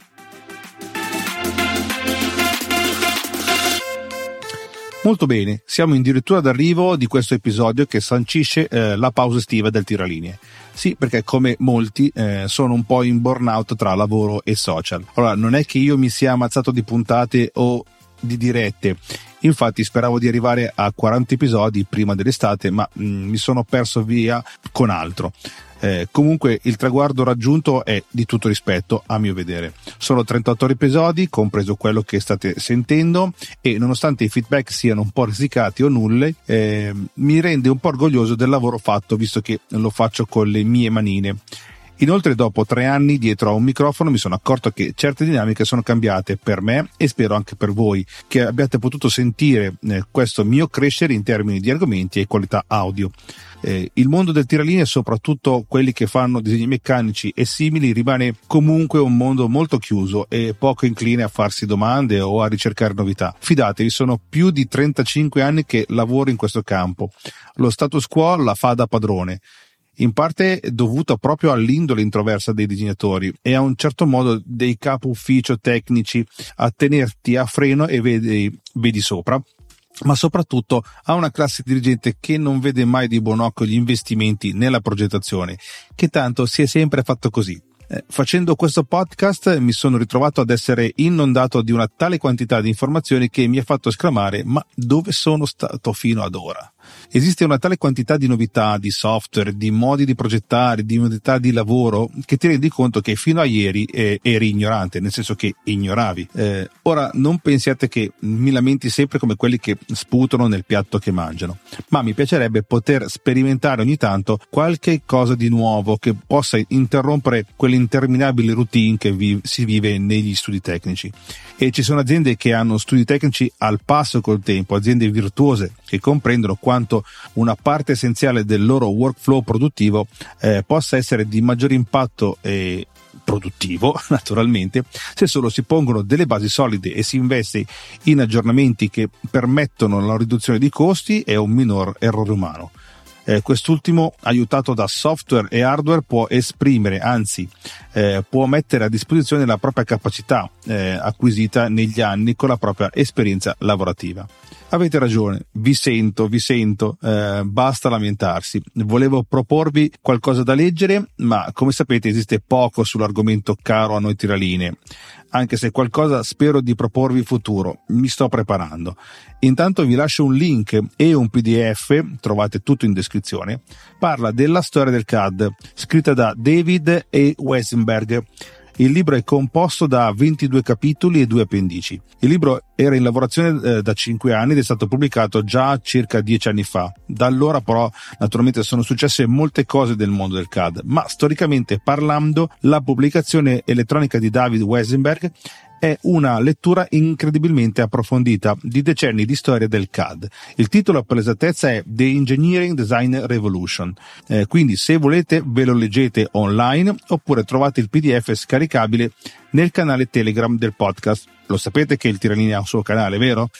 Molto bene, siamo addirittura d'arrivo di questo episodio che sancisce eh, la pausa estiva del tiralinee. Sì, perché come molti eh, sono un po' in burnout tra lavoro e social. Allora, non è che io mi sia ammazzato di puntate o di dirette, infatti speravo di arrivare a quaranta episodi prima dell'estate, ma mh, mi sono perso via con altro. Eh, comunque il traguardo raggiunto è di tutto rispetto a mio vedere. Sono trentotto episodi, compreso quello che state sentendo, e nonostante i feedback siano un po' risicati o nulle, eh, mi rende un po' orgoglioso del lavoro fatto, visto che lo faccio con le mie manine. Inoltre, dopo tre anni dietro a un microfono mi sono accorto che certe dinamiche sono cambiate per me e spero anche per voi, che abbiate potuto sentire eh, questo mio crescere in termini di argomenti e qualità audio. Eh, il mondo del tiralinee, soprattutto quelli che fanno disegni meccanici e simili, rimane comunque un mondo molto chiuso e poco incline a farsi domande o a ricercare novità. Fidatevi, sono più di trentacinque anni che lavoro in questo campo. Lo status quo la fa da padrone, in parte dovuto proprio all'indole introversa dei disegnatori e a un certo modo dei capo ufficio tecnici a tenerti a freno e vedi, vedi sopra, ma soprattutto a una classe dirigente che non vede mai di buon occhio gli investimenti nella progettazione, che tanto si è sempre fatto così. Eh, facendo questo podcast mi sono ritrovato ad essere inondato di una tale quantità di informazioni che mi ha fatto esclamare: ma dove sono stato fino ad ora? Esiste una tale quantità di novità, di software, di modi di progettare, di modalità di lavoro, che ti rendi conto che fino a ieri eh, eri ignorante, nel senso che ignoravi. Eh, ora non pensiate che mi lamenti sempre come quelli che sputano nel piatto che mangiano, ma mi piacerebbe poter sperimentare ogni tanto qualche cosa di nuovo che possa interrompere quell'interminabile routine che vi- si vive negli studi tecnici. E ci sono aziende che hanno studi tecnici al passo col tempo, aziende virtuose che comprendono quanto una parte essenziale del loro workflow produttivo eh, possa essere di maggiore impatto e produttivo, naturalmente, se solo si pongono delle basi solide e si investe in aggiornamenti che permettono la riduzione di costi e un minor errore umano. Eh, quest'ultimo, aiutato da software e hardware, può esprimere, anzi eh, può mettere a disposizione la propria capacità eh, acquisita negli anni con la propria esperienza lavorativa. Avete ragione, vi sento, vi sento, eh, basta lamentarsi. Volevo proporvi qualcosa da leggere, ma come sapete esiste poco sull'argomento caro a noi tiralinee, anche se qualcosa spero di proporvi in futuro, mi sto preparando. Intanto vi lascio un link e un P D F, trovate tutto in descrizione, parla della storia del C A D, scritta da David E. Weissenberg. Il libro è composto da ventidue capitoli e due appendici. Il libro era in lavorazione eh, da cinque anni ed è stato pubblicato già circa dieci anni fa. Da allora però naturalmente sono successe molte cose del mondo del C A D, ma storicamente parlando la pubblicazione elettronica di David Weissenberg è una lettura incredibilmente approfondita di decenni di storia del C A D. Il titolo per l'esattezza è The Engineering Design Revolution, eh, quindi se volete ve lo leggete online oppure trovate il P D F scaricabile nel canale Telegram del podcast. Lo sapete che il Tiralinee ha un suo canale, vero?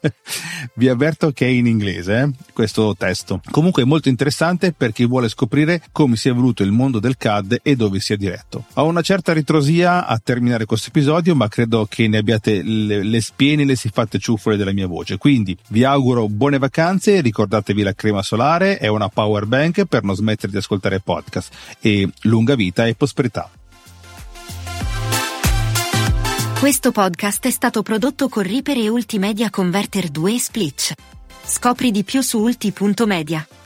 Vi avverto che è in inglese, eh, questo testo. Comunque è molto interessante per chi vuole scoprire come si è evoluto il mondo del C A D e dove sia diretto. Ho una certa ritrosia a terminare questo episodio, ma credo che ne abbiate le, le spiene e le siffatte ciuffole della mia voce. Quindi vi auguro buone vacanze, ricordatevi la crema solare, è una power bank per non smettere di ascoltare podcast, e lunga vita e prosperità. Questo podcast è stato prodotto con Reaper e Ultimedia Converter due Splitch. Scopri di più su ulti punto media.